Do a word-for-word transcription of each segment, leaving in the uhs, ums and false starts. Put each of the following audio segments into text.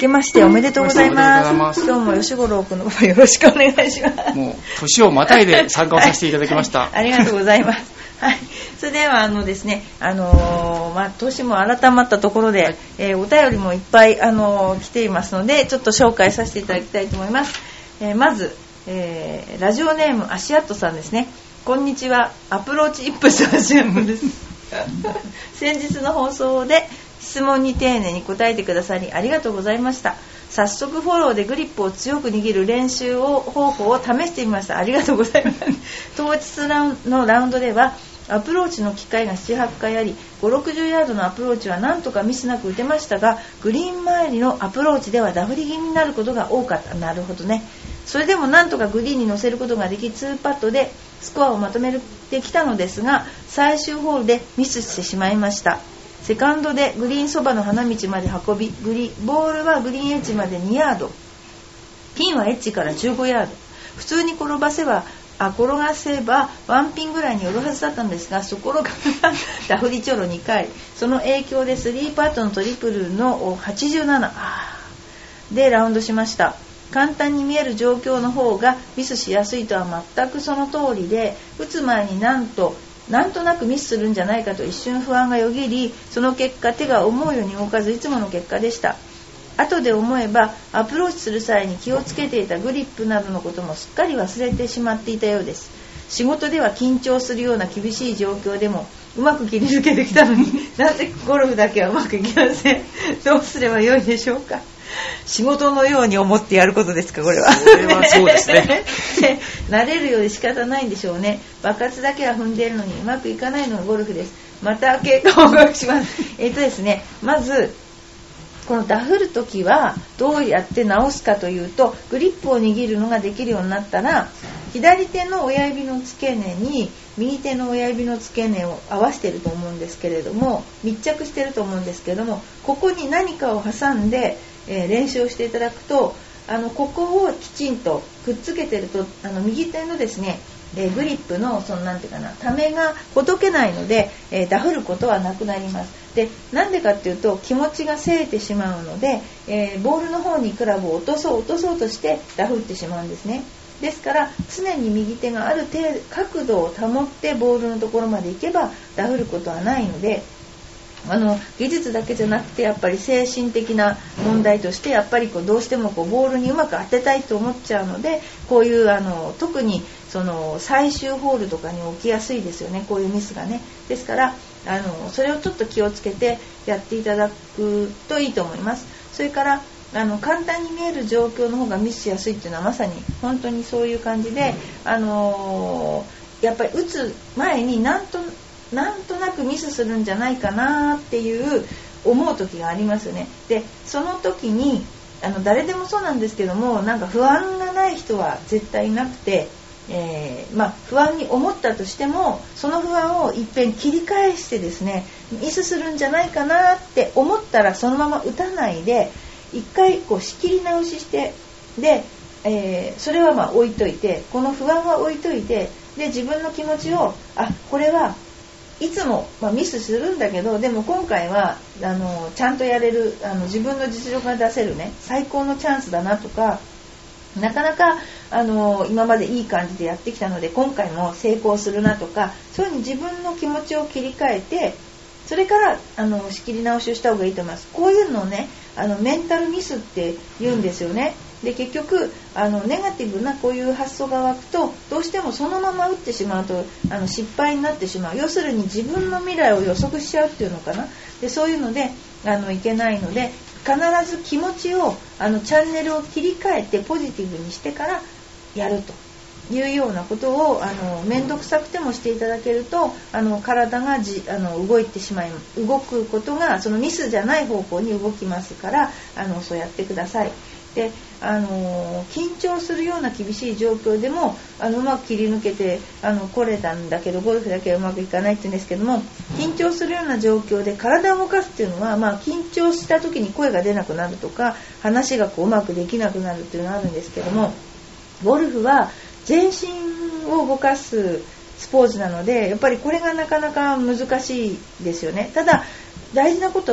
けましておめでとうございます。今日も吉五郎君の方よろしくお願いします。 もう年をまたいで参加をさせていただきました。 はい、ありがとうございます。はい、それではあのですね、あのーまあ、年も改まったところで、はい、えー、お便りもいっぱい、あのー、来ていますのでちょっと紹介させていただきたいと思います。えー、まず、えー、ラジオネームアシアットさんですね。こんにちは、アプローチイップスアシアムです先日の放送で質問に丁寧に答えてくださりありがとうございました。早速フォローでグリップを強く握る練習を方法を試してみました。ありがとうございます。当日のラウンドではアプローチの機会が ななはち 回あり、ごじゅうろくじゅうヤードのアプローチはなんとかミスなく打てましたが、グリーン周りのアプローチではダフり気味になることが多かった。なるほどね。それでもなんとかグリーンに乗せることができ、にパットでスコアをまとめてきたのですが、最終ホールでミスしてしまいました。セカンドでグリーンそばの花道まで運び、グリボールはグリーンエッジまでにヤード、ピンはエッジからじゅうごヤード、普通に転ばせばあ転がせばワンピンぐらいに寄るはずだったんですが、そこからダフりチョロにかい、その影響でスリーパットのトリプルのはちじゅうななでラウンドしました。簡単に見える状況の方がミスしやすいとは全くその通りで、打つ前になんとなんとなくミスするんじゃないかと一瞬不安がよぎり、その結果手が思うように動かずいつもの結果でした。後で思えばアプローチする際に気をつけていたグリップなどのこともすっかり忘れてしまっていたようです。仕事では緊張するような厳しい状況でもうまく切り抜けてきたのになぜゴルフだけはうまくいきません。どうすればよいでしょうか。仕事のように思ってやることですか、これは。 それはそうですね慣れるようで仕方ないんでしょうね。爆発だけは踏んでいるのにうまくいかないのがゴルフです。また結果を報告しますえっとですねまずこのダフるときはどうやって直すかというと、グリップを握るのができるようになったら、左手の親指の付け根に右手の親指の付け根を合わせていると思うんですけれども、密着していると思うんですけれども、ここに何かを挟んで、えー、練習をしていただくと、あのここをきちんとくっつけていると、あの右手のですねえー、グリップのそのなんていうかな、ためがほどけないので、えー、ダフることはなくなります。で、なんでかっていうと気持ちがせいてしまうので、えー、ボールの方にクラブを落とそう落とそうとしてダフってしまうんですね。ですから常に右手がある程度角度を保ってボールのところまで行けばダフることはないので、あの技術だけじゃなくてやっぱり精神的な問題としてやっぱりこうどうしてもこうボールにうまく当てたいと思っちゃうので、こういうあの特にその最終ホールとかに起きやすいですよね、こういうミスがね。ですからあのそれをちょっと気をつけてやっていただくといいと思います。それからあの簡単に見える状況の方がミスしやすいっていうのはまさに本当にそういう感じで、あのー、やっぱり打つ前になんとなんとなくミスするんじゃないかなっていう思う時がありますよね。でその時にあの誰でもそうなんですけども、なんか不安がない人は絶対いなくて、えーまあ、不安に思ったとしてもその不安をいっぺん切り返してですね、ミスするんじゃないかなって思ったらそのまま打たないで一回こう仕切り直しして、で、えー、それはまあ置いといて、この不安は置いといて、で自分の気持ちをあこれはいつも、まあ、ミスするんだけど、でも今回はあのちゃんとやれる、あの自分の実力が出せるね最高のチャンスだなとか、なかなかあの今までいい感じでやってきたので今回も成功するなとか、そういうふうに自分の気持ちを切り替えて、それからあの仕切り直しをした方がいいと思います。こういうのをね、あのメンタルミスって言うんですよね。で結局あのネガティブなこういう発想が湧くとどうしてもそのまま打ってしまうとあの失敗になってしまう。要するに自分の未来を予測しちゃうっていうのかな。でそういうのであのいけないので、必ず気持ちをあのチャンネルを切り替えてポジティブにしてからやるというようなことをあの面倒くさくてもしていただけると、あの体がじあの動いてしまい動くことがそのミスじゃない方向に動きますから、あのそうやってください。であの緊張するような厳しい状況でもあのうまく切り抜けてあの来れたんだけど、ゴルフだけはうまくいかないって言うんですけども、緊張するような状況で体を動かすっていうのは、まあ、緊張した時に声が出なくなるとか話がこううまくできなくなるっていうのがあるんですけども、ゴルフは全身を動かすスポーツなのでやっぱりこれがなかなか難しいですよね。ただ大事なことは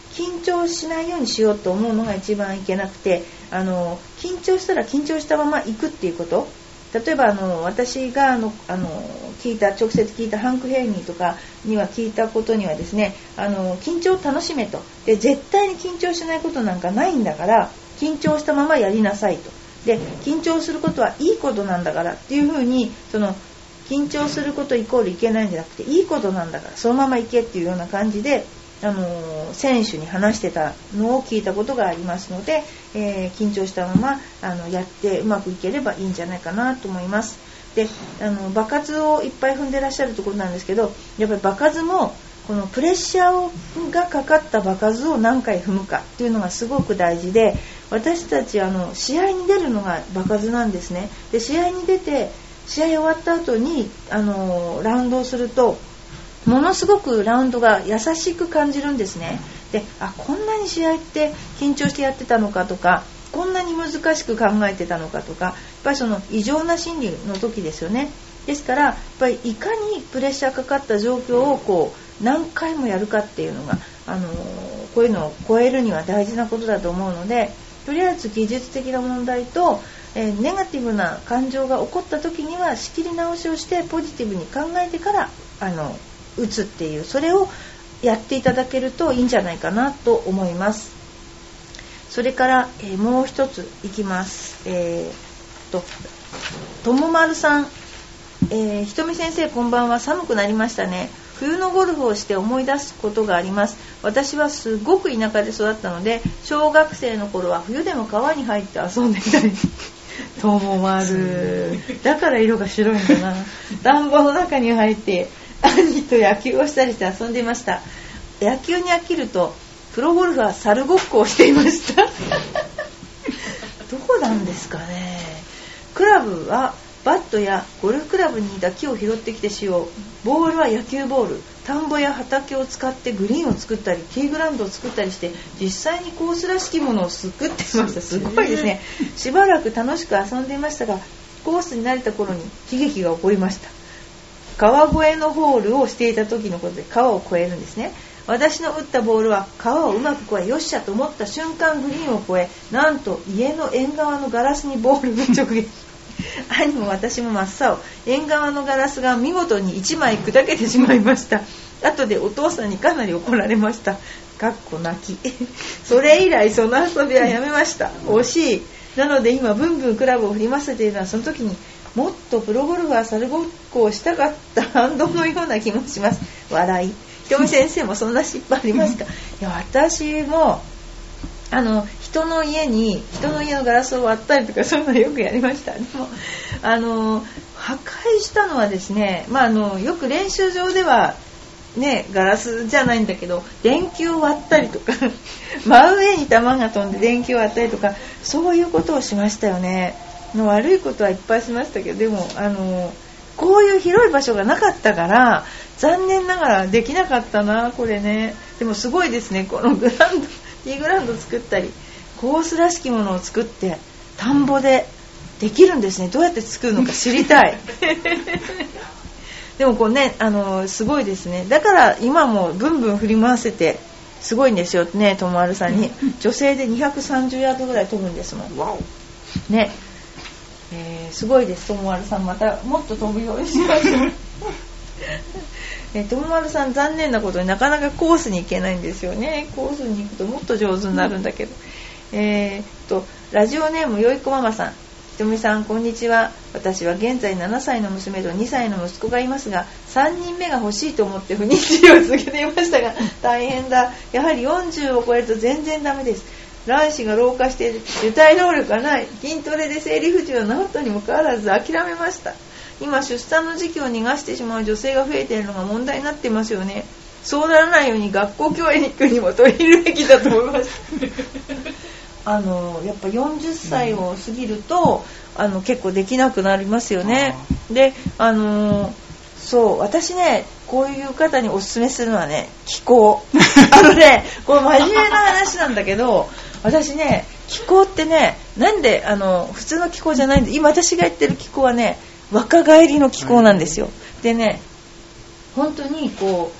緊張しないようにしようと思うのが一番いけなくて、あの緊張したら緊張したまま行くっていうこと。例えばあの私があのあの聞いた直接聞いたハンク・ヘイニーとかには聞いたことにはですね、あの緊張を楽しめと。で絶対に緊張しないことなんかないんだから緊張したままやりなさいと。で緊張することはいいことなんだからっていうふうに、その緊張することイコールいけないんじゃなくていいことなんだからそのままいけっていうような感じで、あの選手に話してたのを聞いたことがありますので、えー、緊張したままあのやってうまくいければいいんじゃないかなと思います。であの場数をいっぱい踏んでらっしゃるところなんですけど、やっぱり場数もこのプレッシャーがかかった場数を何回踏むかっていうのがすごく大事で、私たちあの試合に出るのが場数なんですね。で試合に出て試合終わった後にあのラウンドをするとものすごくラウンドが優しく感じるんですね。であこんなに試合って緊張してやってたのかとか、こんなに難しく考えてたのかとか、やっぱりその異常な心理の時ですよね。ですからやっぱりいかにプレッシャーかかった状況をこう何回もやるかっていうのが、あのこういうのを超えるには大事なことだと思うので、とりあえず技術的な問題と、えー、ネガティブな感情が起こった時には仕切り直しをしてポジティブに考えてからあの打つっていう、それをやっていただけるといいんじゃないかなと思います。それから、えー、もう一ついきます。えー、とともまるさん、えー、ひとみ先生こんばんは。寒くなりましたね。冬のゴルフをして思い出すことがあります。私はすごく田舎で育ったので、小学生の頃は冬でも川に入って遊んでいたりともまるだから色が白いんだな。田んぼの中に入って兄と野球をしたりして遊んでいました。野球に飽きるとプロゴルフは猿ごっこをしていましたどこなんですかね。クラブはバットやゴルフクラブにいた木を拾ってきて使用。ボールは野球ボール。田んぼや畑を使ってグリーンを作ったりティーグラウンドを作ったりして実際にコースらしきものを作っていました。すごいですね。しばらく楽しく遊んでいましたが、コースに慣れた頃に悲劇が起こりました。川越えのホールをしていた時のことで、川を越えるんですね。私の打ったボールは川をうまく越え、よっしゃと思った瞬間グリーンを越え、なんと家の縁側のガラスにボールが直撃兄も私も真っ青。縁側のガラスが見事にいちまい砕けてしまいました。後でお父さんにかなり怒られました。かっこ泣きそれ以来その遊びはやめました。惜しい。なので今ブンブンクラブを振り回せているのは、その時にもっとプロゴルファー猿ごっこをしたかった反動のような気もします。笑い。ひとみ先生もそんな失敗ありますか？いや私もあの人の家に人の家のガラスを割ったりとかそういうのよくやりました。でもあの破壊したのはですね、まあ、あのよく練習場ではねガラスじゃないんだけど電球を割ったりとか真上に球が飛んで電球を割ったりとかそういうことをしましたよね。の悪いことはいっぱいしましたけど、でもあのこういう広い場所がなかったから残念ながらできなかったなこれね。でもすごいですね、このグラウンドティーグラウンド作ったりコースらしきものを作って田んぼでできるんですね。どうやって作るのか知りたいでもこうねあのすごいですね。だから今もブンブン振り回せてすごいんですよね。ともあるさんに女性でにひゃくさんじゅうヤードぐらい飛ぶんですもん。わおね、えー、すごいです。ともあるさんまたもっと飛ぶようにしましょうえー、ともまるさん残念なことになかなかコースに行けないんですよね。コースに行くともっと上手になるんだけど、うん、えー、とラジオネームよいこママさん、ひとみさんこんにちは。私は現在ななさいの娘とにさいの息子がいますが、さんにんめが欲しいと思って不妊治療を続けていましたが大変だ。やはりよんじゅうを超えると全然ダメです。卵子が老化して受胎能力がない。筋トレで生理不順を治ったにもかかわらず諦めました。今出産の時期を逃がしてしまう女性が増えているのが問題になっていますよね。そうならないように学校教育にも取り入れるべきだと思いますあのやっぱよんじゅっさいを過ぎると、うん、あの結構できなくなりますよね。であのそう私ねこういう方におすすめするのはね気候あのねこれ真面目な話なんだけど私ね気候ってねなんであの普通の気候じゃないんで、今私が言ってる気候はね若返りの気候なんですよ。でね本当にこう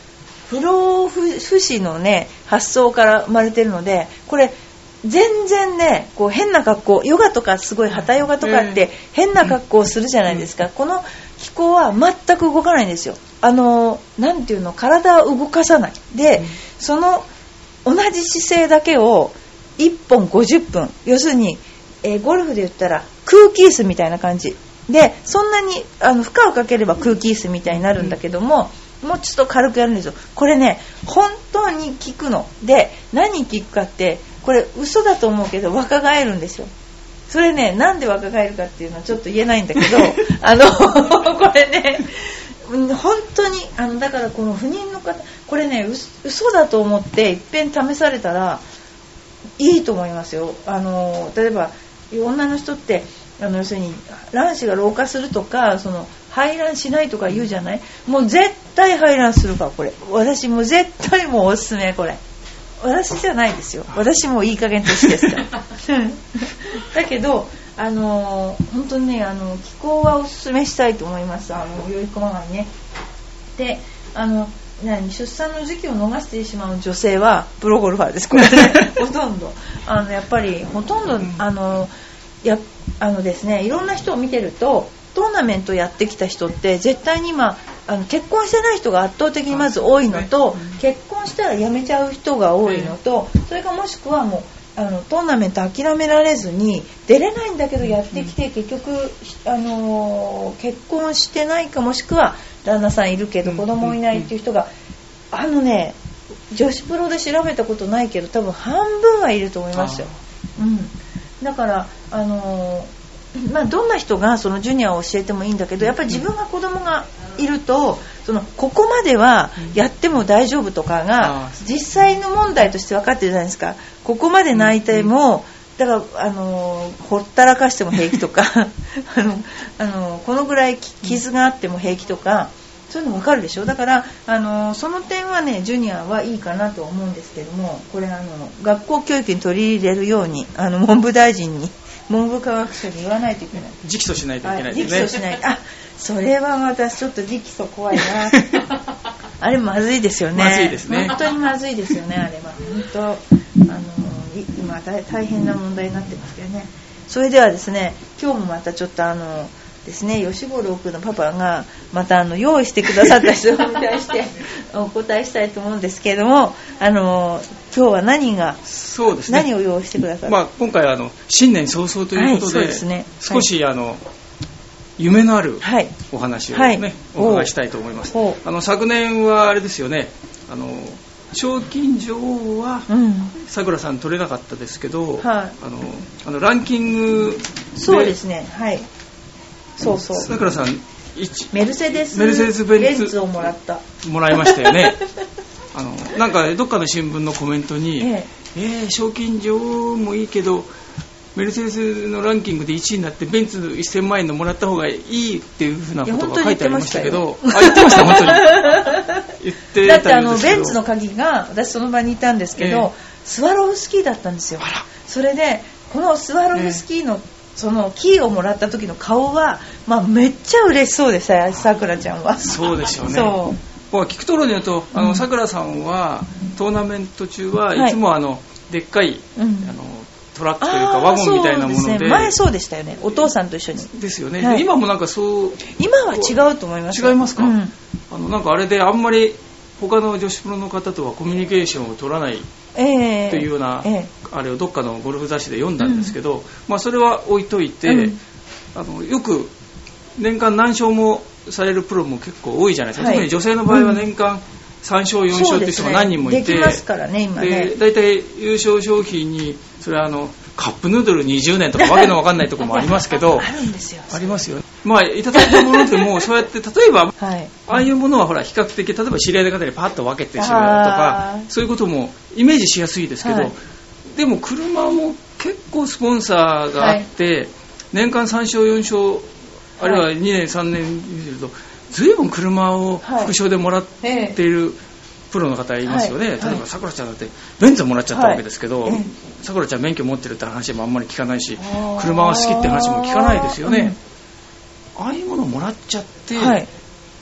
不老不死のね発想から生まれてるので、これ全然ねこう変な格好、ヨガとかすごいハタヨガとかって変な格好をするじゃないですか。この気候は全く動かないんですよ。あのなんていうの、体を動かさないで、その同じ姿勢だけをいっぽんごじゅっぷん、要するに、えー、ゴルフで言ったら空気椅子みたいな感じで、そんなにあの負荷をかければ空気椅子みたいになるんだけども、もうちょっと軽くやるんですよ。これね本当に効くので、何効くかって、これ嘘だと思うけど若返るんですよ。それね、なんで若返るかっていうのはちょっと言えないんだけどあのこれね本当にあのだからこの不妊の方、これね嘘だと思っていっぺん試されたらいいと思いますよ。あの例えば女の人ってあの要するに卵子が老化するとか、その排卵しないとか言うじゃない。もう絶対排卵するから、これ私もう絶対もうおすすめ。これ私じゃないですよ、私もいい加減年ですからだけどあの本当にね、あの気候はおすすめしたいと思います。あのよいこママにね。で、あの何出産の時期を逃してしまう女性はプロゴルファーです。これ、ね、ほとんどあのやっぱりほとんどあのやあのですね、いろんな人を見てると、トーナメントやってきた人って絶対に今あの結婚してない人が圧倒的にまず多いのと、結婚したら辞めちゃう人が多いのと、それかもしくはもうあのトーナメント諦められずに出れないんだけどやってきて、結局あの結婚してないか、もしくは旦那さんいるけど子供いないっていう人が、あのね女子プロで調べたことないけど多分半分はいると思いますよ。うん、だからあのまあ、どんな人がそのジュニアを教えてもいいんだけど、やっぱり自分が子供がいると、そのここまではやっても大丈夫とかが実際の問題として分かってるじゃないですか。ここまで泣いてもだからあのほったらかしても平気とかあのあのこのぐらい傷があっても平気とか、そういうの分かるでしょ。だからあのその点はねジュニアはいいかなと思うんですけども、これあの学校教育に取り入れるようにあの文部大臣に文部科学省に言わないといけない。 直訴しないといけないですね。 直訴しない。あ、それは私ちょっと直訴怖いなあれまずいですよね。 まずいですね。 本当にまずいですよね。あれは本当あの今 大, 大変な問題になってますけどね。それではですね、今日もまたちょっとあのですね、吉五郎君のパパがまたあの用意してくださった質問に対してお答えしたいと思うんですけれども、あの今日は何がそうですね、 何を用意してくださった、 まあ、今回はあの新年早々ということ で,、はい、そうですね、少し、はい、あの夢のあるお話を、ね、はい、お伺いしたいと思います。あの昨年はあれですよね、あの賞金女王はさくらさん取れなかったですけど、はい、あのあのランキングでそうですね、はい、そうそう、 さくらさんメルセデスメルセデスベンツベンツをもらったもらいましたよねあのなんかどっかの新聞のコメントに、えええー、賞金女王もいいけどメルセデスのランキングでいちいになってベンツせんまんえんのもらった方がいいっていうふうなことが書いてありましたけど、あ、言ってました本当に言ってだってあのベンツの鍵が私その場にいたんですけど、えー、スワロフスキーだったんですよ。それでこのスワロフスキーの、えーそのキーをもらった時の顔は、まあ、めっちゃ嬉しそうでしたよ、さくらちゃんは。 そうですよね。そう聞くところによると、あのさくらさんはトーナメント中はいつもあの、はい、でっかい、うん、あのトラックというかワゴンみたいなもの で, そうです、ね、前そうでしたよね、お父さんと一緒にですよね、 はい、 今もなんかそう今は違うと思います。 違いますか、 うん、 あのなんかあれであんまり他の女子プロの方とはコミュニケーションを取らないというような、えーえー、あれをどっかのゴルフ雑誌で読んだんですけど、うん、まあ、それは置いといて、うん、あのよく年間何勝もされるプロも結構多いじゃないですか、はい、特に女性の場合は年間さん勝よん勝っていう人が何人もいて、 できますからね今ね。 で大体優勝賞品にそれはあのカップヌードルにじゅうねんとかわけのわかんないところもありますけどあるんですよ。 ありますよ。まあいただいたものでもそうやって例えば、はい、ああいうものはほら比較的例えば知り合いの方でパッと分けてしまうとかそういうこともイメージしやすいですけど、はい、でも車も結構スポンサーがあって、はい、年間さん勝よん勝あるいはにねんさんねん見ると随分車を副賞でもらっている、はい、プロの方いますよね、はい、例えばさくらちゃんだってベンツをもらっちゃったわけですけど、さくらちゃん免許持ってるって話もあんまり聞かないし車は好きって話も聞かないですよね、うん、ああいうものをもらっちゃって、はい、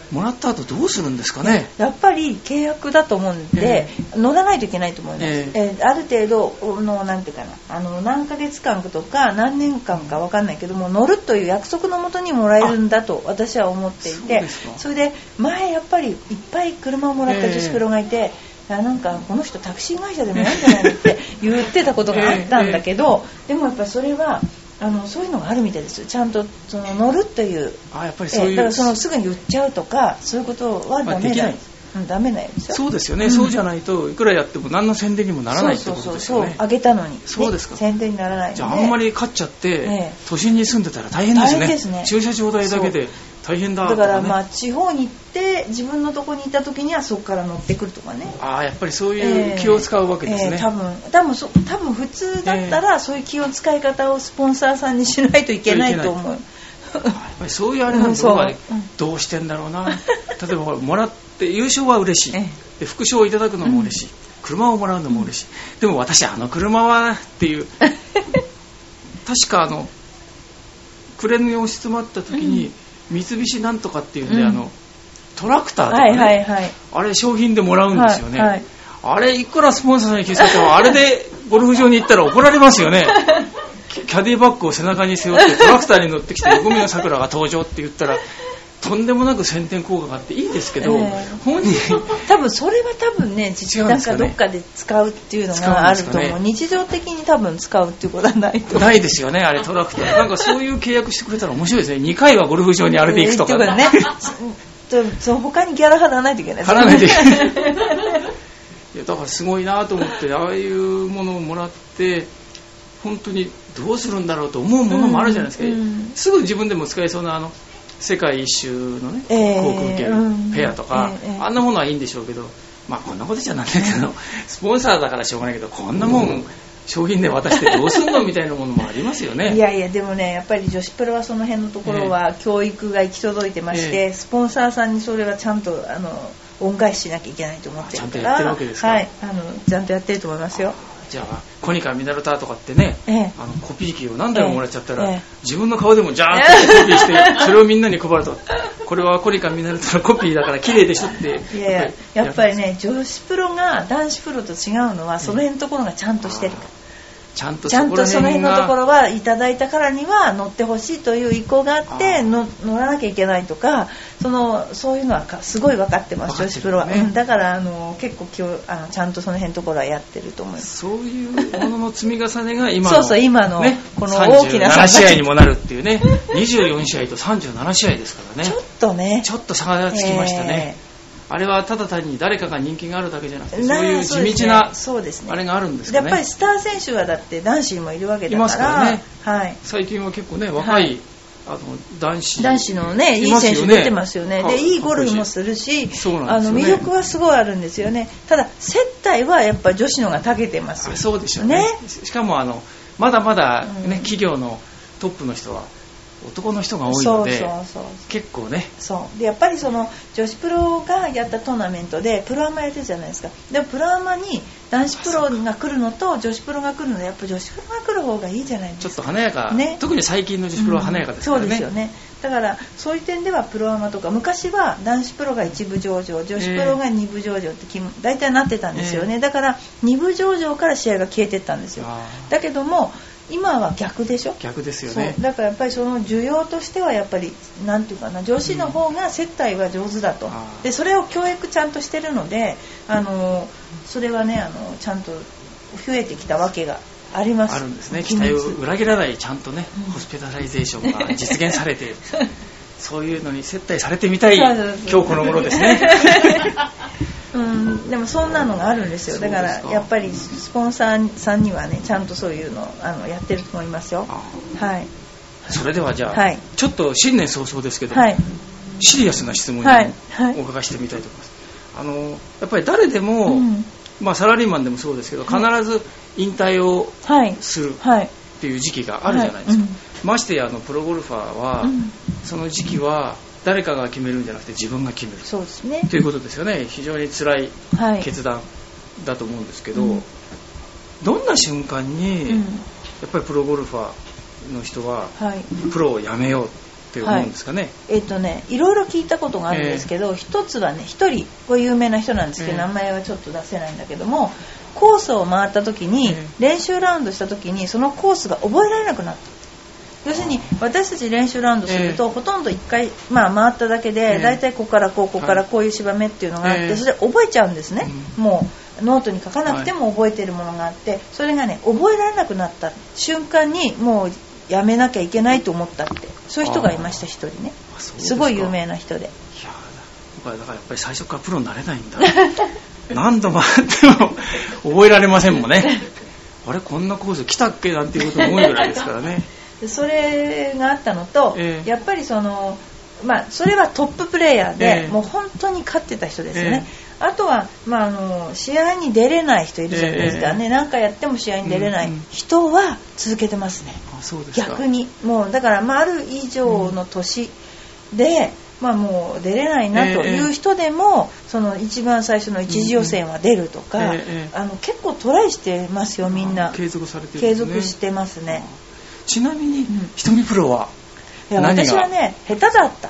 もらった後どうするんですかね。 やっぱり契約だと思うんで、えー、乗らないといけないと思います、えーえー、ある程度のなんていうかな、あの何ヶ月間とか何年間か分かんないけども、乗るという約束のもとにもらえるんだと私は思っていて、 そ, それで前やっぱりいっぱい車をもらった女子プロがいて、えー、なんかこの人タクシー会社でもやんじゃないのって言ってたことがあったんだけど、えーえー、でもやっぱりそれはあのそういうのがあるみたいです。ちゃんとその乗るという、 あ、やっぱりそういう、 えだからそのすぐに言っちゃうとかそういうことはダメない、うん、ダメないですよ。 そうですよね、うん、そうじゃないといくらやっても何の宣伝にもならないってことですよね。 そうそうそう、あげたのに、ね、 そうですか。 宣伝にならないので、 じゃああんまり勝っちゃって、ね、都心に住んでたら大変ですね。大変ですね。駐車場代だけで大変だとか、ね、 だからまあ地方に行って自分のとこにいた時にはそこから乗ってくるとかね。 ああ、やっぱりそういう気を使うわけですね。 えーえー、多分多分そ多分普通だったらそういう気を使い方をスポンサーさんにしないといけないと思う。やっぱりそういうあれなんですよ、ね、うん、どうしてんだろうな。例えばもらって優勝は嬉しい、で副賞をいただくのも嬉しい、うん、車をもらうのも嬉しい、うん、でも私あの車はっていう確かあの暮れに押し詰まった時に、うん、三菱なんとかっていうんで、うん、あのトラクターとかね、はいはいはい、あれ商品でもらうんですよね、はいはい、あれいくらスポンサーさんに気づいてもあれでゴルフ場に行ったら怒られますよね。キャディバッグを背中に背負ってトラクターに乗ってきて横見の桜が登場って言ったらとんでもなく宣伝効果があっていいですけど、えー、本人多分それは多分ね、なんかどっかで使うっていうのがあると思う、ね、日常的に多分使うっていうことはないとないですよね。あれトラクターなんかそういう契約してくれたら面白いですね。にかいはゴルフ場にあれで行くとか、えー、ねそ他にギャラ払わないといけない、 払わないといけないいやだからすごいなと思って、ああいうものをもらって本当にどうするんだろうと思うものもあるじゃないですか、うんうん、すぐ自分でも使えそうなあの世界一周のね、えー、航空券、うん、フェアとか、えー、あんなものはいいんでしょうけど、まあこんなことじゃなんだけど、スポンサーだからしょうがないけど、こんなもん、うん、商品で渡してどうすんのみたいなものもありますよね。 いやいや、でもね、やっぱり女子プロはその辺のところは教育が行き届いてまして、えー、スポンサーさんにそれはちゃんとあの恩返ししなきゃいけないと思ってるから、ちゃんとやってるわけですか。はい、あのちゃんとやってると思いますよ。 じゃあコニカミナルタとかってね、ええ、あのコピー機を何台ももらっちゃったら、ええ、自分の顔でもジャーンってコピーしてそれをみんなに配るとこれはコニカミナルタのコピーだから綺麗でしょって。 いやいや、やっぱりね、女子プロが男子プロと違うのはその辺のところがちゃんとしてるから、 ちゃんとそ, ちゃんとその辺のところはいただいたからには乗ってほしいという意向があっての乗らなきゃいけないとか、そのそういうのはすごい分かってます、女子プロは、ね、うん、だからあの結構今日あのちゃんとその辺のところはやってると思います。 そういうものの積み重ねが今のそうそう、今の、ね、この大きなさんじゅうなな試合にもなるっていうねにじゅうよん試合とさんじゅうなな試合ですからね。 ちょっとねちょっと差がつきましたね、えーあれはただ単に誰かが人気があるだけじゃなくて、そういう地道なあれがあるんですかね。 やっぱりスター選手はだって男子にもいるわけだから、いますからね、はい、 最近は結構ね若い、はい、あの男子男子のねいい選手出てますよね。でいいゴルフもするし、 そうなんあですよね、 の魅力はすごいあるんですよね。ただ接待はやっぱ女子のが長けてますよ。 そうですよね。ね、しかもあのまだまだ、ね、うん、企業のトップの人は男の人が多いので、そうそうそう、結構ね、 そうでやっぱりその女子プロがやったトーナメントでプロアマやってるじゃないですか。でもプロアマに男子プロが来るのと女子プロが来るのでやっぱ女子プロが来る方がいいじゃないですか。 ちょっと華やか、ね、特に最近の女子プロは華やかですからね、うん、そうですよね。 だからそういう点ではプロアマとか昔は男子プロが一部上場、女子プロが二部上場って大体なってたんですよね、えー、だから二部上場から試合が消えてったんですよ。だけども今は逆でしょ。 逆ですよね。 そうだからやっぱりその需要としてはやっぱりなんていうかな、女子の方が接待は上手だと、うん、でそれを教育ちゃんとしてるので、あのそれはね、あのちゃんと増えてきたわけがあります。 あるんですね。期待を裏切らないちゃんとね、うん、ホスピタライゼーションが実現されてそういうのに接待されてみたい今日この頃ですねうん、でもそんなのがあるんですよ。だからやっぱりスポンサーさんにはねちゃんとそういうのあのやってると思いますよ。はい。 それではじゃあ、はい、ちょっと新年早々ですけど、はい、シリアスな質問にお伺いしてみたいと思います。はいはい、あのやっぱり誰でも、うん、まあ、サラリーマンでもそうですけど必ず引退をするっていう時期があるじゃないですか。はいはい、うん、ましてやあのプロゴルファーは、うん、その時期は誰かが決めるんじゃなくて自分が決める、 そうですね、 ということですよね。非常に辛い決断だと思うんですけど、はい、どんな瞬間に、うん、やっぱりプロゴルファーの人は、はい、プロを辞めようっって思うんですかね。はい、 えっとね、いろいろ聞いたことがあるんですけど、えー、一つはね、一人これ有名な人なんですけど、えー、名前はちょっと出せないんだけども、コースを回った時に、えー、練習ラウンドした時にそのコースが覚えられなくなった。要するに私たち練習ラウンドすると、えー、ほとんどいっかい、まあ、回っただけで、えー、だいたいここからこうここからこういう芝目っていうのがあって、はい、それで覚えちゃうんですね、うん、もうノートに書かなくても覚えているものがあって、はい、それがね覚えられなくなった瞬間にもうやめなきゃいけないと思ったって、そういう人がいました。一人ね、すごい有名な人で。いやだからやっぱり最初からプロになれないんだ何度回っても覚えられませんもんねあれこんなコース来たっけなんていうことも多いぐらいですからねそれがあったのと、えー、やっぱりその、まあ、それはトッププレーヤーで、えー、もう本当に勝ってた人ですね、えー、あとは、まあ、あの試合に出れない人いるじゃないですかね、えー、何回やっても試合に出れない人は続けてますね、うんうん、あそうですか。逆にもうだから、まあ、ある以上の年で、うんまあ、もう出れないなという人でも、えー、その一番最初の一次予選は出るとか、うんうんえー、あの結構トライしてますよみんな。 継続されてるんですね。 継続してますね。 ちなみに、うん、ひとみプロは何が？いや私はね下手だった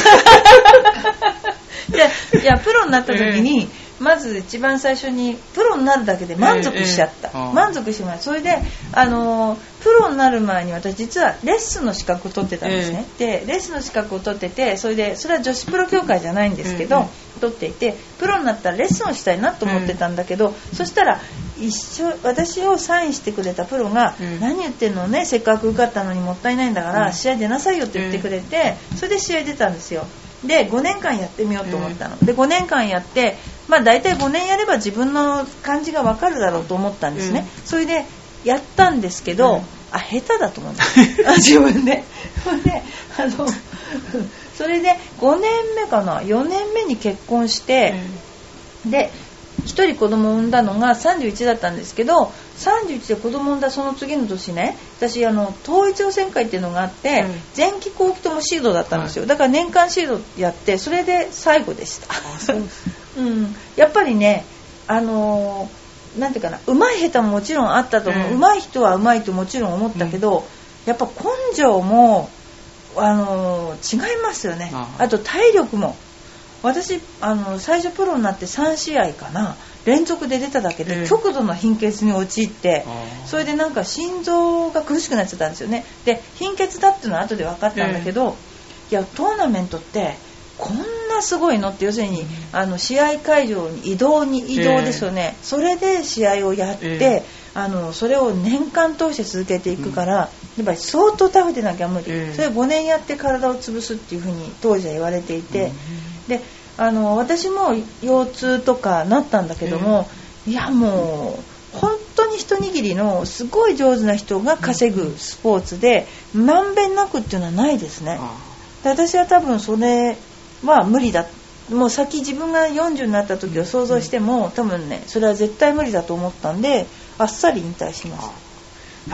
いやプロになった時に、えー、まず一番最初にプロになるだけで満足しちゃった、えーえー、満足しました。それであのプロになる前に私実はレッスンの資格を取ってたんですね、えー、でレッスンの資格を取ってて、それでそれは女子プロ協会じゃないんですけど、えー、取っていてプロになったらレッスンをしたいなと思ってたんだけど、えー、そしたら一緒私をサインしてくれたプロが、うん、何言ってんのね、せっかく受かったのにもったいないんだから、うん、試合出なさいよって言ってくれて、うん、それで試合出たんですよ。でごねんかんやってみようと思ったの、うん、でごねんかんやって、まあ、大体ごねんやれば自分の感じが分かるだろうと思ったんですね、うん、それでやったんですけど、うん、あ下手だと思った自分でそれであのそれでごねんめかなよねんめに結婚して、うん、でひとり子供を産んだのがさんじゅういちだったんですけど、さんじゅういちで子供を産んだその次の年ね、私あの統一予選会っていうのがあって、うん、前期後期ともシードだったんですよ、はい、だから年間シードやって、それで最後でした。あそうです、うん、やっぱりねあのー、なんていうかな、上手い下手ももちろんあったと思う、うん、上手い人は上手いともちろん思ったけど、うん、やっぱ根性も、あのー、違いますよね。 あ, あと体力も、私あの最初プロになってさん試合かな連続で出ただけで極度の貧血に陥って、えー、それでなんか心臓が苦しくなっちゃったんですよね。で貧血だっていうのは後で分かったんだけど、えー、いやトーナメントってこんなすごいのって、要するに、うん、あの試合会場に移動に移動ですよね、えー、それで試合をやって、えー、あのそれを年間通して続けていくから、うん、やっぱり相当タフでなきゃ無理、えー、それごねんやって体を潰すっていうふうに当時は言われていて、うんであの私も腰痛とかなったんだけども、えー、いやもう本当に一握りのすごい上手な人が稼ぐスポーツで、まんべんなくっていうのはないですね。で私は多分それは無理だ、もう先自分がよんじゅうになった時を想像しても多分ねそれは絶対無理だと思ったんで、あっさり引退しました。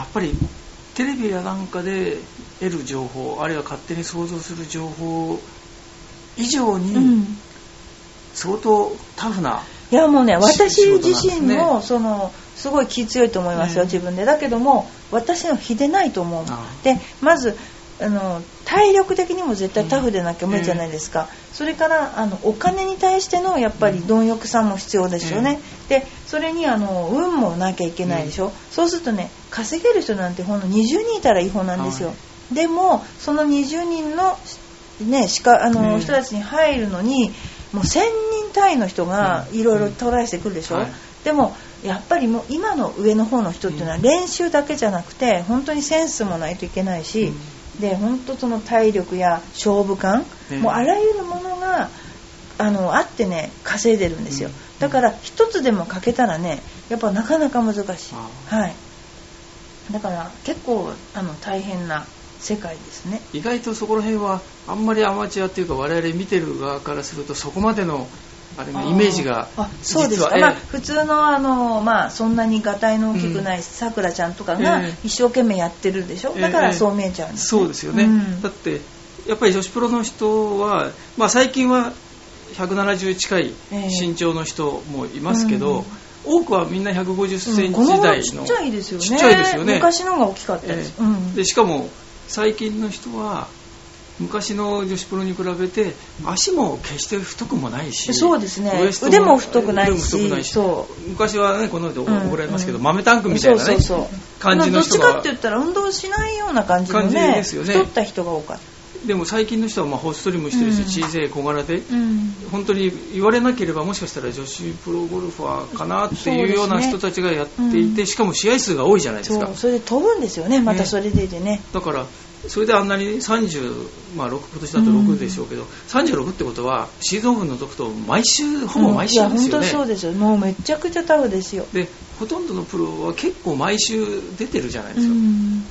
やっぱりテレビやなんかで得る情報、あるいは勝手に想像する情報以上に、うん相当タフな、 いやもうね私自身もそのすごい気強いと思いますよ、ね、自分で。だけども私の比でないと思う。でまずあの体力的にも絶対タフでなきゃ無理じゃないですか、うん、それからあのお金に対してのやっぱり貪欲さも必要ですよね、うん、でそれにあの運もなきゃいけないでしょ、うん、そうするとね稼げる人なんてほんのにじゅうにんいたらいい方なんですよ、はい、でもそのにじゅうにんの、ね、しかあの、うん、人たちに入るのにもうせんにん単位の人がいろいろトライしてくるでしょ、うんはい、でもやっぱりもう今の上の方の人っていうのは練習だけじゃなくて本当にセンスもないといけないし、うん、で本当その体力や勝負感、うん、もうあらゆるものがあのあってね稼いでるんですよ、うん、だから一つでも欠けたらねやっぱなかなか難しい、はい、だから結構あの大変な世界ですね。 意外とそこら辺はあんまりアマチュアっていうか我々見てる側からするとそこまでのあれがイメージがあそうですか、まあ、普通のあの、まあ、そんなにがたいの大きくないさくらちゃんとかが一生懸命やってるでしょ、えー、だからそう見えちゃうんです、 ね、そうですよね、うん、だってやっぱり女子プロの人は、まあ、最近はひゃくななじゅう近い身長の人もいますけど、えーうん、多くはみんなひゃくごじゅっセンチ台の、うん、ちっちゃいですよね。ちっちゃいですよね。 昔の方が大きかったです、 えーうん、でしかも最近の人は昔の女子プロに比べて足も決して太くもないし、 そうですね、腕も太くないし、 太くないし、 そう昔はねこの人怒られますけど、うんうん、豆タンクみたいなね、そうそうそう感じの人が、 どっちかって言ったら運動しないような感じのね、感じですよね、太った人が多かった。 でも最近の人はまあホストリムしてるし、うん、小さい小柄で、うん、本当に言われなければもしかしたら女子プロゴルファーかなっていうような人たちがやっていて、ね、うん、しかも試合数が多いじゃないですか。 そう、それで飛ぶんですよね、またそれででね、ね、 だからそれであんなにさんじゅう、まあ、ろく今年だとろくでしょうけど、うん、さんじゅうろくってことはシーズンオフ除くと毎週ほぼ毎週ですよね、うん、いや本当そうですよ、もうめちゃくちゃタフですよ。でほとんどのプロは結構毎週出てるじゃないですか、うん、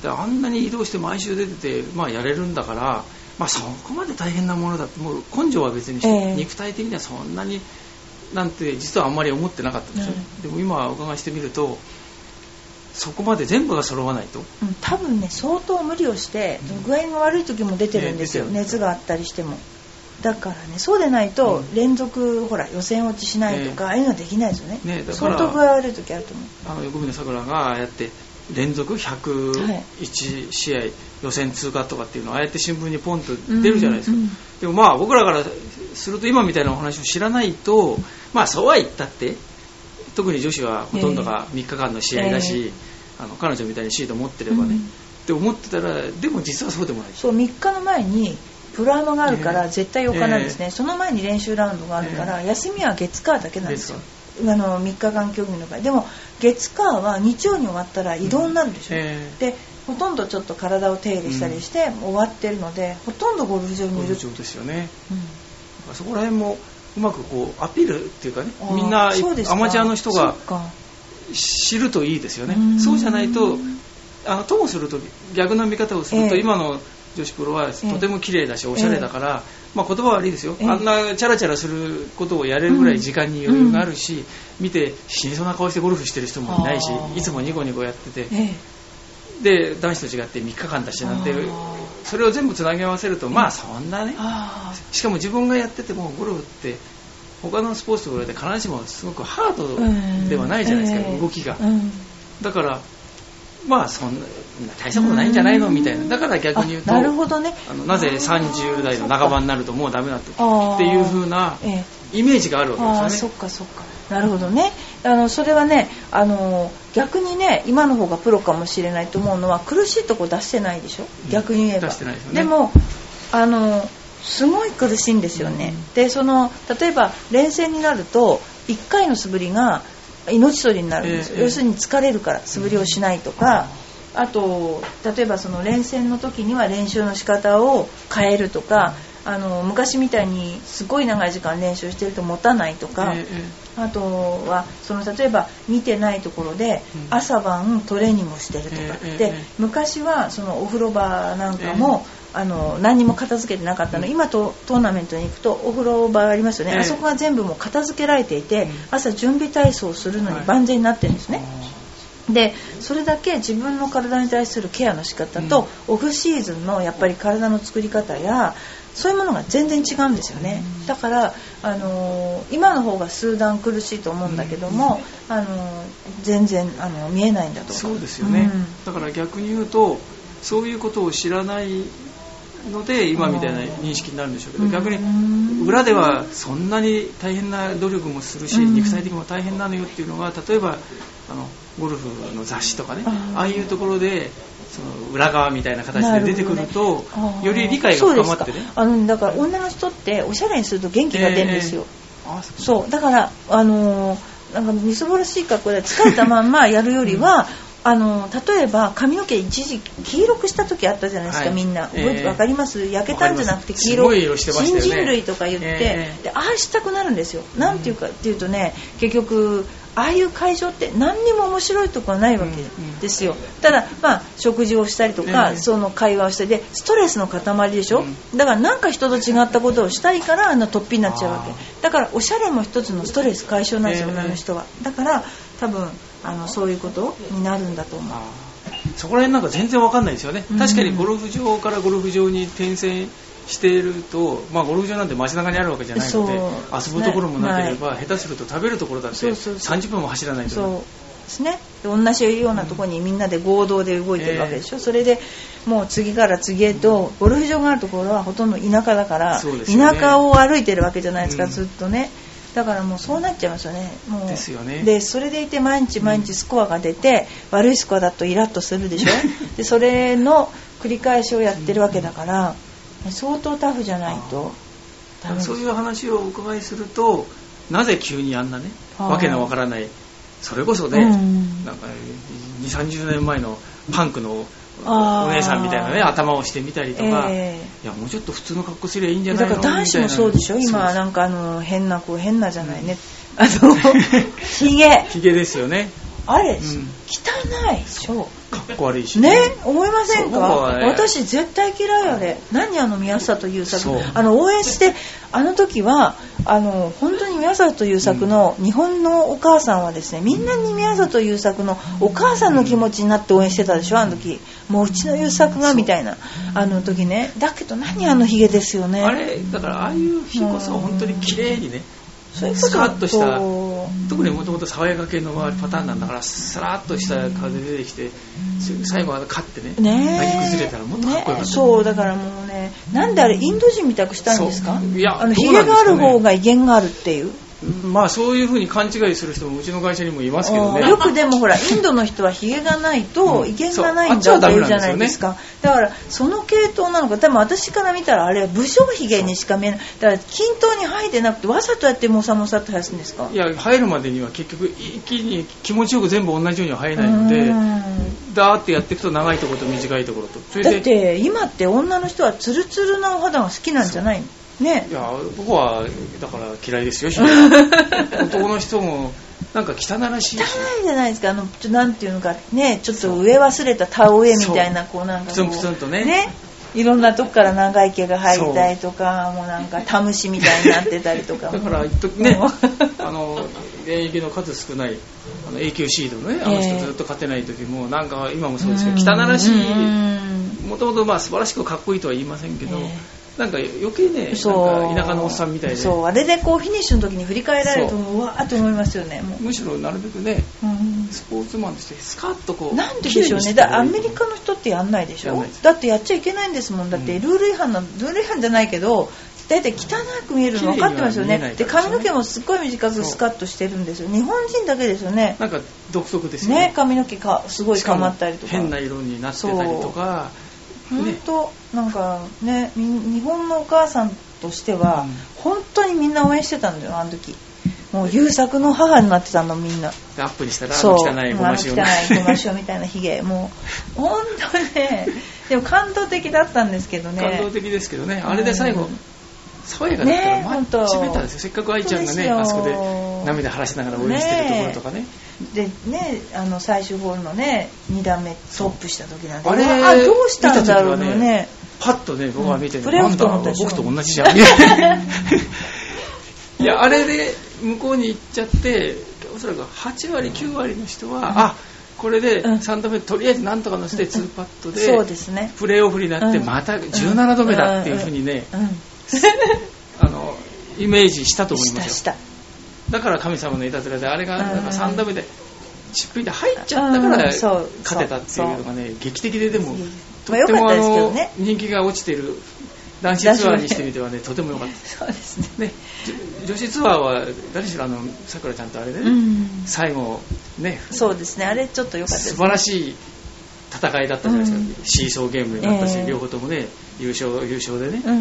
であんなに移動して毎週出てて、まあ、やれるんだから、まあ、そこまで大変なものだって、もう根性は別にして、えー、肉体的にはそんなになんて実はあんまり思ってなかったんですよ、うん、でも今お伺いしてみるとそこまで全部が揃わないと、 うん、多分ね相当無理をして具合が悪い時も出てるんですよ、ね、熱があったりしても。だからね、そうでないと連続、うん、ほら予選落ちしないとか、ね、ああいうのはできないですよね。ね、だから相当具合悪い時あると思う。 あの横峯さくらがああやって連続ひゃくいち試合、はい、予選通過とかっていうのをああやって新聞にポンと出るじゃないですか、うんうん、でもまあ僕らからすると今みたいなお話を知らないと、まあそうは言ったって特に女子はほとんどがみっかかんの試合だし、えーえー、あの彼女みたいにシート持ってればね、うん、って思ってたら、でも実はそうでもない。 そう、みっかの前にプロアマがあるから絶対よかなんですね、えー、その前に練習ラウンドがあるから、えー、休みは月火だけなんですよ、あのみっかかん競技の場合。でも月火は日曜に終わったら移動になるでしょ、うん、えー、でほとんどちょっと体を手入れしたりして終わってるので、うん、ほとんどゴルフ場にいる。 ゴルフ場ですよね、うん、そこら辺もうまくこうアピールっていうかね、みんなアマチュアの人が知るといいですよね。そうじゃないと、あのともすると逆の見方をすると、えー、今の女子プロはとても綺麗だし、えー、おしゃれだから、えーまあ、言葉は悪いですよ、えー、あんなチャラチャラすることをやれるぐらい時間に余裕があるし、うん、見て死にそうな顔してゴルフしてる人もいないし、いつもニコニコやってて、えー、で男子と違ってみっかかんだしなんて、それを全部つなぎ合わせると、まあそんなね、しかも自分がやっててもゴルフって他のスポーツと比べて必ずしもすごくハードではないじゃないですか、うん、動きが、うん、だからまあそんな大したことないんじゃないのみたいな。だから逆に言うと、 なるほどね、 あのなぜさんじゅう代の半ばになるともうダメだとっていう風なイメージがあるわけですよね。あ、そっかそっか、 なるほどね。あのそれはね、あの逆にね、今の方がプロかもしれないと思うのは、苦しいとこ出してないでしょ、逆に言えば、うん、出してないですよね。でもあのすごい苦しいんですよね、うん、でその例えば連戦になるといっかいの素振りが命取りになるんですよ、えー、要するに疲れるから素振りをしないとか、うん、あと例えばその連戦の時には練習の仕方を変えるとか、うん、あの昔みたいにすごい長い時間練習してると持たないとか、えー、あとはその例えば見てないところで朝晩トレーニングをしてるとか、えー、で昔はそのお風呂場なんかも、えーあの何にも片付けてなかったの、うん、今とトーナメントに行くとお風呂場ありますよね、えー、あそこが全部もう片付けられていて、うん、朝準備体操をするのに万全になってるんですね、はい、でそれだけ自分の体に対するケアの仕方と、うん、オフシーズンのやっぱり体の作り方やそういうものが全然違うんですよね、うん、だから、あのー、今の方が数段苦しいと思うんだけども、うん、あのー、全然あの見えないんだと思う。 そうですよね、うん、だから逆に言うとそういうことを知らないので今みたいな認識になるんでしょうけど、逆に裏ではそんなに大変な努力もするし、肉体的にも大変なのよっていうのが、例えばあのゴルフの雑誌とかね、ああいうところでその裏側みたいな形で出てくると、ね、より理解が深まってね。 あのだから女の人っておしゃれにすると元気が出るんですよ、えー、あ そ, そうだからあのー、なんかみすぼらしい格好で疲れたまんまやるよりは、うんあの例えば髪の毛一時黄色くした時あったじゃないですか、はい、みんな覚えて分かります、焼けたんじゃなくて黄色、新人類とか言って、えー、でああしたくなるんですよ。なんていうかっていうとね、結局ああいう会場って何にも面白いところはないわけですよ、うんうん、ただ、まあ、食事をしたりとか、えー、その会話をしたりでストレスの塊でしょ、うん、だから何か人と違ったことをしたいからあの突飛になっちゃうわけだから、おしゃれも一つのストレス解消なんですよ、えー、女の人は。だから多分あのそういうことになるんだと思う。 そこら辺なんか全然わかんないですよね、うん、確かにゴルフ場からゴルフ場に転戦していると、まあ、ゴルフ場なんて街中にあるわけじゃないので遊ぶところもなければ、ね、下手すると食べるところだってさんじゅっぷんも走らないと、 ですね。で同じようなところにみんなで合同で動いてるわけでしょ、えー、それでもう次から次へとゴルフ場があるところはほとんど田舎だから、ね、田舎を歩いてるわけじゃないですか、うん、ずっとね。だからもうそうなっちゃいますよね。もうですよね。 でそれでいて毎日毎日スコアが出て、うん、悪いスコアだとイラッとするでしょでそれの繰り返しをやってるわけだから、うん、相当タフじゃないとダメです。 そういう話をお伺いすると、なぜ急にあんなねわけのわからない、それこそね、うん、なんかにじゅうさんじゅうねんまえのパンクのお姉さんみたいなね頭をしてみたりとか、えー、いやもうちょっと普通の格好すればいいんじゃないの。 だから男子もそうでしょ。今なんかあの変な子変なじゃないね、うん、あのヒゲヒゲですよね。 あれ、うん、汚いでしょ。 かっこ悪いしね。ね、思いませんか、ね、私絶対嫌いあれ。何あの宮里優作、あの応援してあの時はあの本当に宮里優作の、うん、日本のお母さんはですね、みんなに宮里優作のお母さんの気持ちになって応援してたでしょあの時。もううちの優作がみたいなあの時ね。だけど何あのヒゲですよね。 あれだからああいう日こそ本当に綺麗にね、そういうスカッとした、特にもともと爽やか系のパターンなんだから、さらっとした風出てきて、最後は勝ってね、泣き崩れたらもっとかっこよかった、ね、 そうだからもうね、なんであれインド人みたくしたんですか。 いや、 あのヒゲがある方が威厳があるっていう。 まあそういう風に勘違いする人もうちの会社にもいますけどね。 よくでもほらインドの人はヒゲがないと威厳がないんだって言うじゃないですか。だからその系統なのか。でも私から見たらあれは武将ヒゲにしか見えない。だから均等に生えてなくてわざとやってもさもさって生やすんですか。 いや生えるまでには結局一気に気持ちよく全部同じようには生えないので、ダーってやっていくと長いところと短いところと。それでだって今って女の人はツルツルなお肌が好きなんじゃないのね。 いや僕はだから嫌いですよ。男の人もなんか汚らしいし。 汚いじゃないですか。あのなんていうのかね、ちょっと植え忘れた田植えみたいなこうなんかこうプツンプツンとね。 ね、いろんなとこから長い毛が生えたりとか、もうなんかタムシみたいになってたりとか。 だから一時ね、あの現役の数少ないあの エーキュー シードのね、あの人ずっと勝てない時もなんか今もそうですけど、汚らしい。もともとまあ素晴らしくかっこいいとは言いませんけど。えーなんか余計ね、なんか田舎のおっさんみたいで、 そうあれでこうフィニッシュの時に振り返られるとうわーっと思いますよね。もうむしろなるべくね、うん、スポーツマンとしてスカッとこうなんででしょうね。だアメリカの人ってやんないでしょ。だってやっちゃいけないんですもん。だってルール違反な、うん、ルール違反じゃないけどだいたい汚く見えるの分かってますよね。で髪の毛もすっごい短くスカッとしてるんですよ。日本人だけですよね。 なんか独特ですよね。 ね、髪の毛かすごいかまったりとか変な色になってたりとか。 本当なんかね、日本のお母さんとしては、うん、本当にみんな応援してたんだよあの時。もう優作の母になってたのみんな。 アップにしたらあの汚いごま塩、 汚いごま塩みたいなヒゲもう本当ね。でも感動的だったんですけどね。 感動的ですけどね。あれで最後、うん、爽やかだったらマッチめたんですよ。せっかく愛ちゃんがねあそこで涙晴らしながら応援してるところとかね。 でね、あの最終ホールのねに段目トップした時なんてあれあどうしたんだろうね。ねパッとね僕は見て、ね、 プレーオフと思ったでしょ。僕と同じじゃん。いやあれで向こうに行っちゃっておそらくはちわりきゅうわりの人は、うん、あこれでさんどめとりあえずなんとかのしてにパットで、 そうですね、 プレーオフになってまたじゅうななどめだっていうふうにね、あのイメージしたと思いますよ。 したしただから神様のいたずらであれがなんかさんどめでチップインで入っちゃったから勝てたっていうのがね劇的で、でもとってもあの人気が落ちている男子ツアーにしてみてはねとても良かった。 そうですね。 ね、女子ツアーは誰しろあのさくらちゃんとあれでね、うん、最後ね、 そうですね、あれちょっと良かったですね。 素晴らしい戦いだったじゃないですか、うん、シーソーゲームになったし、えー、両方ともね優勝優勝でね、うん、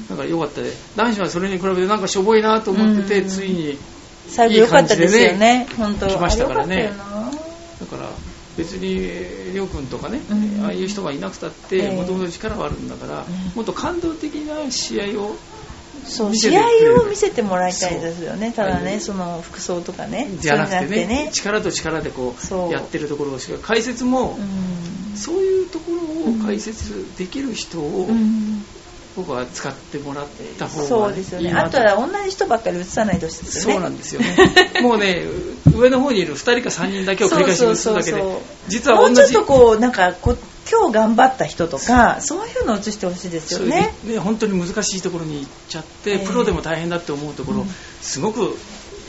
だから良かったで、男子はそれに比べてなんかしょぼいなと思ってて、うん、ついに最後良かったですよね、本当来ましたからね。だから別にりょうくんとかね、うん、ああいう人がいなくたってもともと力はあるんだから、うん、もっと感動的な試合をそう試合を見せてもらいたいですよね。ただね、その服装とかねじゃなくて ね, ね力と力でこうやってるところをしか解説も、うん、そういうところを解説できる人を、うん、僕は使ってもらった方が、ね、 そうですよね。あとは同じ人ばっかり映さないとしてですよね。 そうなんですよね。もうね上の方にいるふたりかさんにんだけを繰り返し映すだけで、実は同じもうちょっとこうなんかこ今日頑張った人とかそういうのを映してほしいですよね。 ね、本当に難しいところに行っちゃって、えー、プロでも大変だって思うところ、うん、すごく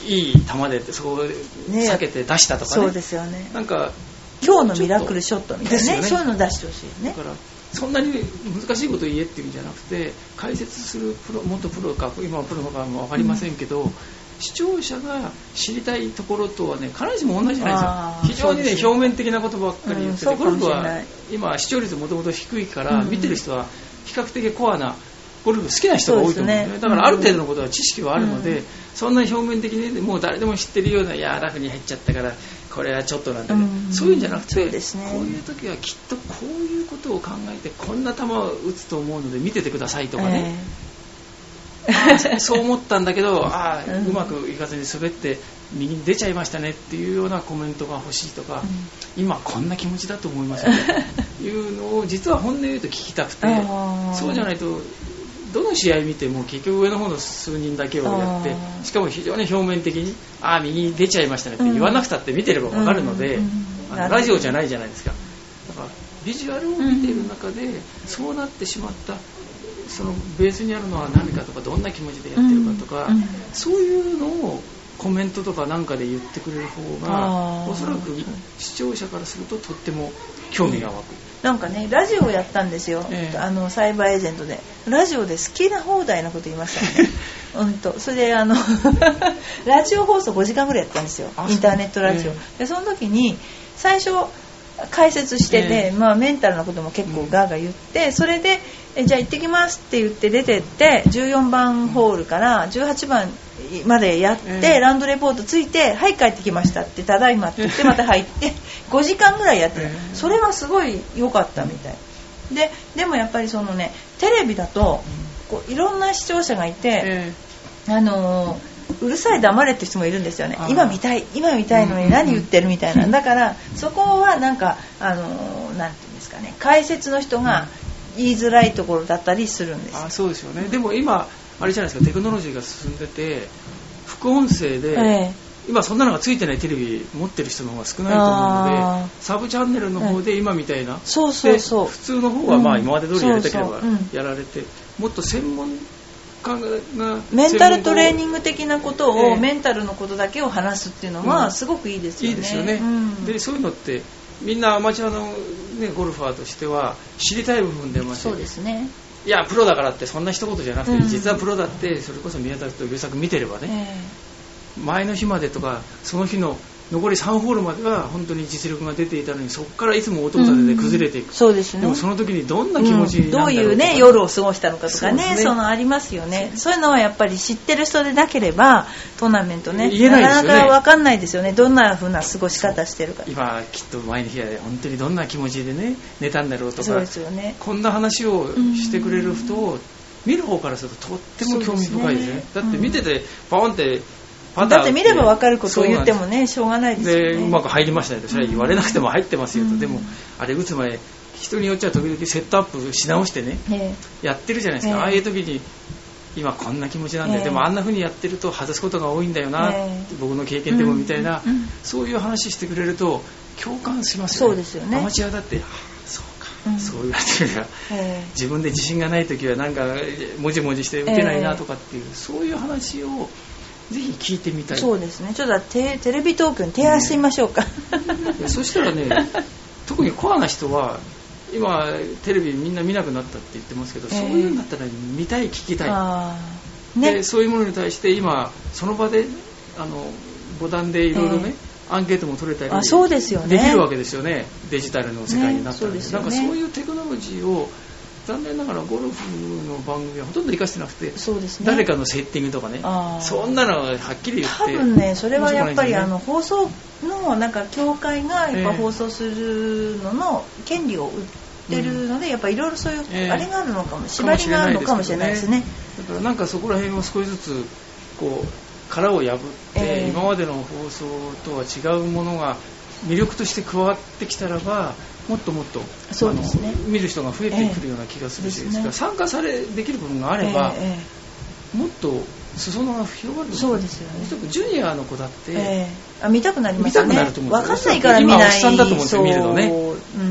いい球でそこを避けて出したとかね、 そうですよね。 なんか今日のミラクルショットみたいな ね, ねそういうの出してほしいよね。 だからそんなに難しいこと言えっていうんじゃなくて、解説するプロ元プロか今はプロかも分かりませんけど、うん、視聴者が知りたいところとはね必ずしも同じじゃないですよ。非常にね表面的なことばっかり言ってて、うん、ゴルフは今視聴率もともと低いから、うん、見てる人は比較的コアなゴルフ好きな人が多いと思うんですね。だからある程度のことは知識はあるので、うん、そんな表面的にもう誰でも知ってるような、いやラフに入っちゃったからこれはちょっとなんて、ね、うん、そういうんじゃなくて、そうですね、こういう時はきっとこういうことを考えてこんな球を打つと思うので見ててくださいとかね、えー、あそう思ったんだけどあ、うん、うまくいかずに滑って右に出ちゃいましたねっていうようなコメントが欲しいとか、うん、今こんな気持ちだと思いますよねいうのを実は本音で言うと聞きたくてそうじゃないとどの試合見ても結局上の方の数人だけをやって、しかも非常に表面的にああ右に出ちゃいましたねって言わなくたって見てれば分かるので、うんうん、あのラジオじゃないじゃないですか。だからビジュアルを見ている中で、うん、そうなってしまったそのベースにあるのは何かとかどんな気持ちでやってるかとか、うんうん、そういうのをコメントとかなんかで言ってくれる方がおそらく視聴者からするととっても興味が湧く。 なんかねラジオをやったんですよ、えー、あのサイバーエージェントでラジオで好きな放題なこと言いましたね本当それであのラジオ放送ごじかんぐらいやったんですよ、インターネットラジオ、えー、でその時に最初解説してて、えーまあ、メンタルのことも結構ガーガー言って、うん、それでえじゃあ行ってきますって言って出てってじゅうよんばんホールからじゅうはちばんまでやって、えー、ラウンドレポートついてはい帰ってきましたってただいまって言ってまた入ってごじかんぐらいやってる、えー、それはすごい良かったみたいで、でもやっぱりそのねテレビだとこういろんな視聴者がいて、えー、あのー、うるさい黙れって人もいるんですよね。今見たい今見たいのに何言ってるみたいな、だからそこはなんかあのー、なんていうんですかね、解説の人が言いづらいところだったりするんです。 あ、そうですよね。でも今あれじゃないですか、テクノロジーが進んでて副音声で、えー、今そんなのがついてないテレビ持ってる人の方が少ないと思うのでサブチャンネルの方で今みたいな、 そうそうそう、 普通の方はまあ今まで通りやりたければやられて、もっと専門家がメンタルトレーニング的なことを、えー、メンタルのことだけを話すっていうのはすごくいいですよね。 いいですよね、うん、でそういうのってみんなアマチュアの、ね、ゴルファーとしては知りたい部分でもあって、 そうですね、 いやプロだからってそんな一言じゃなくて、うん、実はプロだってそれこそ宮崎と優作見てればね、えー、前の日までとかその日の残りさんホールまでは本当に実力が出ていたのにそこからいつも音を立てて崩れていく、うん、 そうですね、 でもその時にどんな気持ちになるんだろうとか、うん、どういう、ね、 夜を過ごしたのかとか ね, そ, ねそのありますよね。そういうのはやっぱり知ってる人でなければトーナメントね言えないですよね、 なかなか分かんないですよね、どんな風な過ごし方してるか。 今きっと前の日は本当にどんな気持ちでね寝たんだろうとか、 そうですよね、 こんな話をしてくれる人を見る方からするととっても興味深いですね。ですね、だって見ててパーンってだって見れば分かることを言ってもねしょうがないですよね。 でうまく入りましたねとそれは言われなくても入ってますよと、うん、でもあれ打つ前人によっちゃ時々セットアップし直してね、えー、やってるじゃないですか、えー、ああいう時に今こんな気持ちなんで、えー、でもあんな風にやってると外すことが多いんだよな、えー、僕の経験でもみたいな、うんうん、そういう話してくれると共感しますよね。 そうですよね。 アマチュアだってそうか、うん、そう言われてみれば、えー、自分で自信がない時はなんかもじもじして打てないなとかっていう、えー、そういう話をぜひ聞いてみたい。 そうですね、ちょっとテレビトークに提案してみましょうか、 ね、そしたらね特にコアな人は今テレビみんな見なくなったって言ってますけど、えー、そういうんだったら見たい聞きたい、あ、ね、でそういうものに対して今その場であのボタンでいろいろね、えー、アンケートも取れたりあそうですよ、ね、 できるわけですよね、デジタルの世界になったら、ね、 ね、 なんかそういうテクノロジーを残念ながらゴルフの番組はほとんど活かしてなくて、そうですね、誰かのセッティングとかね、そんなのははっきり言って多分ねそれはやっぱり、ね、あの放送のなんか協会がやっぱ放送するのの権利を売ってるので、えー、やっぱいろいろそういう、えー、あれがあるのかも縛りがあるのかもしれないですね。 だからなんかそこら辺を少しずつこう殻を破って、えー、今までの放送とは違うものが魅力として加わってきたらばもっともっとそうです、ね、 見る人が増えてくるような気がするし、えー、ですから参加されできる部分があれば、えー、もっと裾野が広がる。 そうですよね。 ジュニアの子だって、えー、あ見たくなりますね。 見たくなると思うんですよ。 分かんないから見ない。 今おっさんだと思うんですよ見るのね、 うん、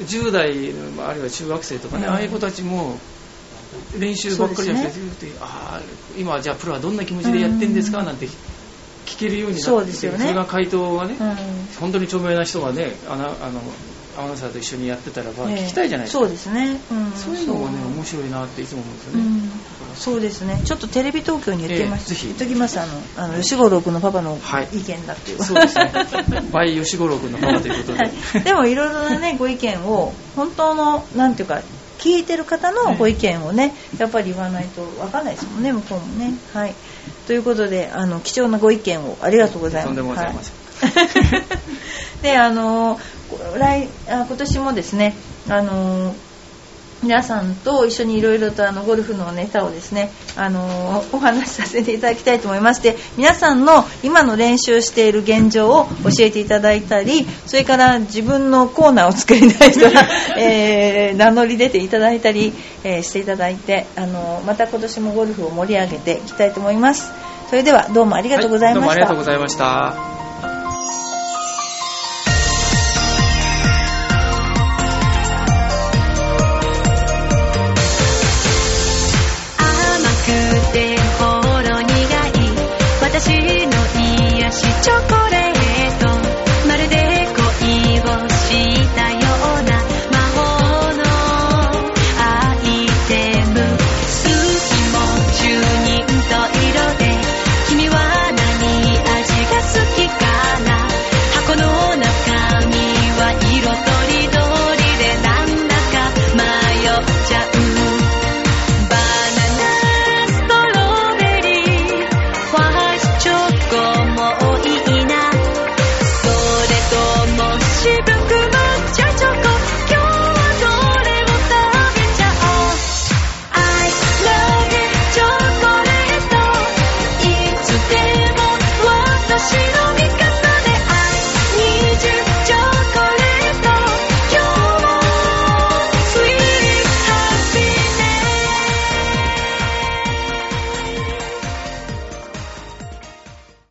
じゅう代あるいは中学生とかね、えー、ああいう子たちも練習ばっかりやってて、ね、あ今じゃあプロはどんな気持ちでやってんですか、うん、なんて聞けるようになって、 そうですよね、 それが回答がね、 うん、 本当に著名な人がね、あのあのアナウンサーと一緒にやってたらば聞きたいじゃないですか、 えー、そうですね、うん、 そういうのがね面白いなっていつも思うんですよね、 うん、そうですね、ちょっとテレビ東京に言ってます、 えー、ぜひ言っときます。あのあの吉五郎君のパパの意見だっていう、はい、 そうですねバイ吉五郎君のパパということで、はい、 でもいろいろなねご意見を本当のなんていうか聞いてる方のご意見をね、やっぱり言わないと分かんないですもんね、向こうもね。はい。ということで、あの貴重なご意見をありがとうございます。 とんでもございません。 はい、で、あの来あ今年もですね、あの皆さんと一緒にいろいろとあのゴルフのネタをですね、あのお話しさせていただきたいと思いまして、皆さんの今の練習している現状を教えていただいたり、それから自分のコーナーを作りたい人が、えー、名乗り出ていただいたり、えー、していただいて、あのまた今年もゴルフを盛り上げていきたいと思います。それではどうもありがとうございました。はい、どうもありがとうございました。 私の癒し